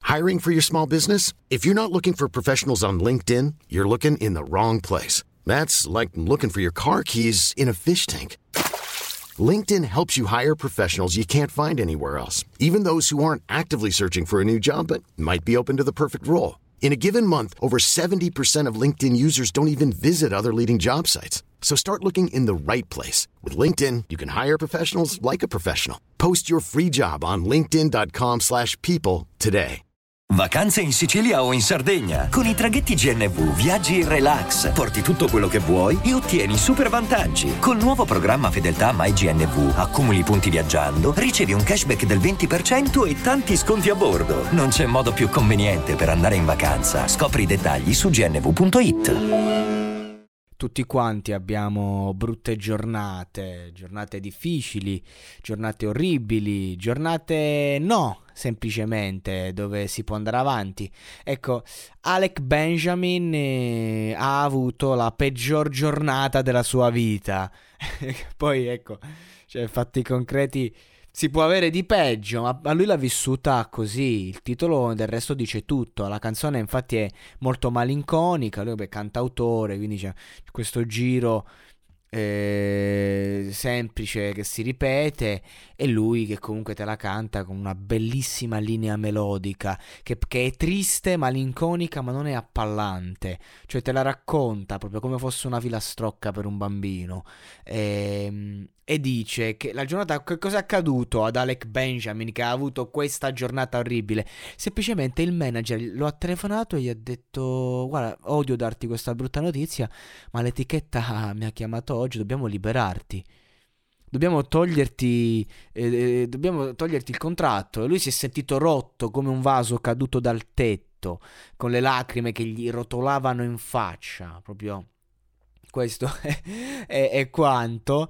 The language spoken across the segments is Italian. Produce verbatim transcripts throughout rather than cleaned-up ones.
Hiring for your small business? If you're not looking for professionals on LinkedIn, you're looking in the wrong place. That's like looking for your car keys in a fish tank. LinkedIn helps you hire professionals you can't find anywhere else, even those who aren't actively searching for a new job but might be open to the perfect role. In a given month, over seventy percent of LinkedIn users don't even visit other leading job sites. So start looking in the right place. With LinkedIn, you can hire professionals like a professional. Post your free job on linkedin.com slash people today. Vacanze in Sicilia o in Sardegna. Con i traghetti G N V viaggi in relax, porti tutto quello che vuoi e ottieni super vantaggi. Col nuovo programma Fedeltà MyGNV accumuli punti viaggiando, ricevi un cashback del venti per cento e tanti sconti a bordo. Non c'è modo più conveniente per andare in vacanza. Scopri i dettagli su g n v punto i t. Tutti quanti abbiamo brutte giornate, giornate difficili, giornate orribili, giornate no, semplicemente, dove si può andare avanti. Ecco, Alec Benjamin eh, ha avuto la peggior giornata della sua vita. Poi ecco, cioè fatti concreti, si può avere di peggio, ma a lui l'ha vissuta così. Il titolo del resto dice tutto. La canzone infatti è molto malinconica, lui è cantautore, quindi c'è questo giro eh, semplice che si ripete, e lui che comunque te la canta con una bellissima linea melodica che, che è triste, malinconica, ma non è appallante, cioè te la racconta proprio come fosse una filastrocca per un bambino. e, e dice che la giornata, che cosa è accaduto ad Alec Benjamin che ha avuto questa giornata orribile? Semplicemente il manager lo ha telefonato e gli ha detto: guarda, odio darti questa brutta notizia, ma l'etichetta mi ha chiamato oggi, dobbiamo liberarti, dobbiamo toglierti eh, eh, dobbiamo toglierti il contratto. E lui si è sentito rotto come un vaso caduto dal tetto, con le lacrime che gli rotolavano in faccia, proprio. Questo è, è, è quanto.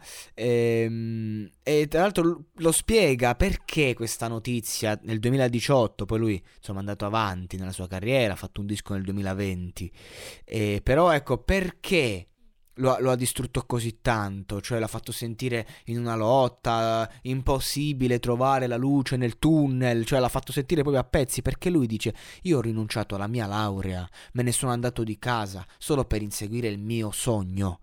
E, e tra l'altro lo spiega perché questa notizia nel duemiladiciotto. Poi lui insomma è andato avanti nella sua carriera, ha fatto un disco nel duemilaventi, e, però ecco perché Lo ha, lo ha distrutto così tanto, cioè l'ha fatto sentire in una lotta, impossibile trovare la luce nel tunnel, cioè l'ha fatto sentire proprio a pezzi, perché lui dice: io ho rinunciato alla mia laurea, me ne sono andato di casa solo per inseguire il mio sogno.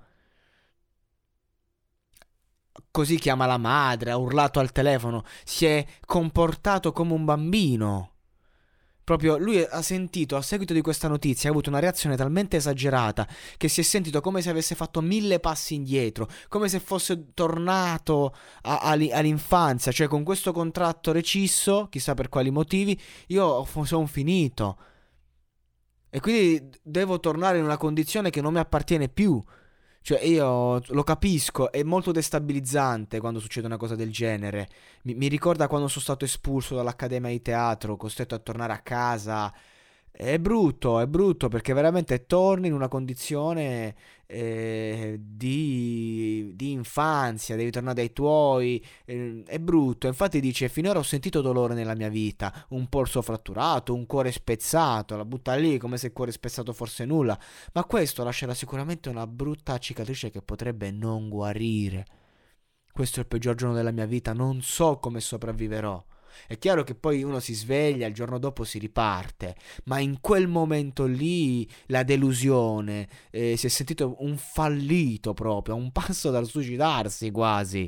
Così chiama la madre, ha urlato al telefono, si è comportato come un bambino. Proprio lui ha sentito, a seguito di questa notizia, ha avuto una reazione talmente esagerata che si è sentito come se avesse fatto mille passi indietro, come se fosse tornato a, a, all'infanzia, cioè con questo contratto recisso, chissà per quali motivi, io sono finito e quindi devo tornare in una condizione che non mi appartiene più. Cioè io lo capisco, è molto destabilizzante quando succede una cosa del genere. Mi, mi ricorda quando sono stato espulso dall'Accademia di Teatro, costretto a tornare a casa. È brutto, è brutto perché veramente torni in una condizione eh, di, di infanzia, devi tornare dai tuoi, eh, è brutto. Infatti dice: finora ho sentito dolore nella mia vita, un polso fratturato, un cuore spezzato, la butta lì come se il cuore spezzato fosse nulla, ma questo lascerà sicuramente una brutta cicatrice che potrebbe non guarire. Questo è il peggior giorno della mia vita, non so come sopravviverò. È chiaro che poi uno si sveglia, il giorno dopo si riparte, ma in quel momento lì la delusione, eh, si è sentito un fallito proprio, a un passo dal suicidarsi quasi.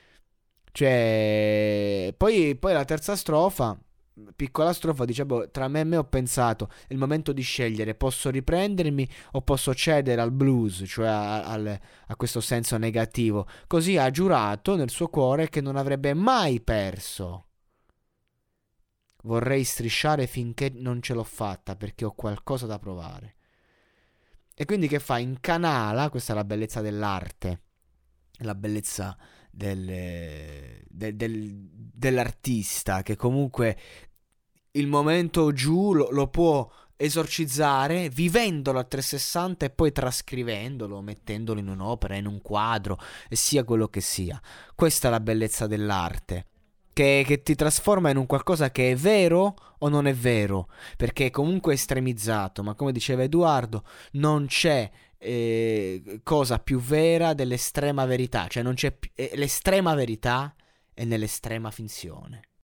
Cioè, poi, poi la terza strofa, piccola strofa, dice: boh, tra me e me ho pensato, è il momento di scegliere, posso riprendermi o posso cedere al blues, cioè a, al, a questo senso negativo. Così ha giurato nel suo cuore che non avrebbe mai perso. Vorrei strisciare finché non ce l'ho fatta, perché ho qualcosa da provare. E quindi che fa? Incanala, questa è la bellezza dell'arte, la bellezza del, del, del, dell'artista, che comunque il momento giù lo, lo può esorcizzare vivendolo a trecentosessanta e poi trascrivendolo, mettendolo in un'opera, in un quadro, e sia quello che sia. Questa è la bellezza dell'arte. Che, che ti trasforma in un qualcosa che è vero o non è vero, perché è comunque estremizzato, ma come diceva Edoardo, non c'è eh, cosa più vera dell'estrema verità, cioè non c'è eh, l'estrema verità è nell'estrema finzione.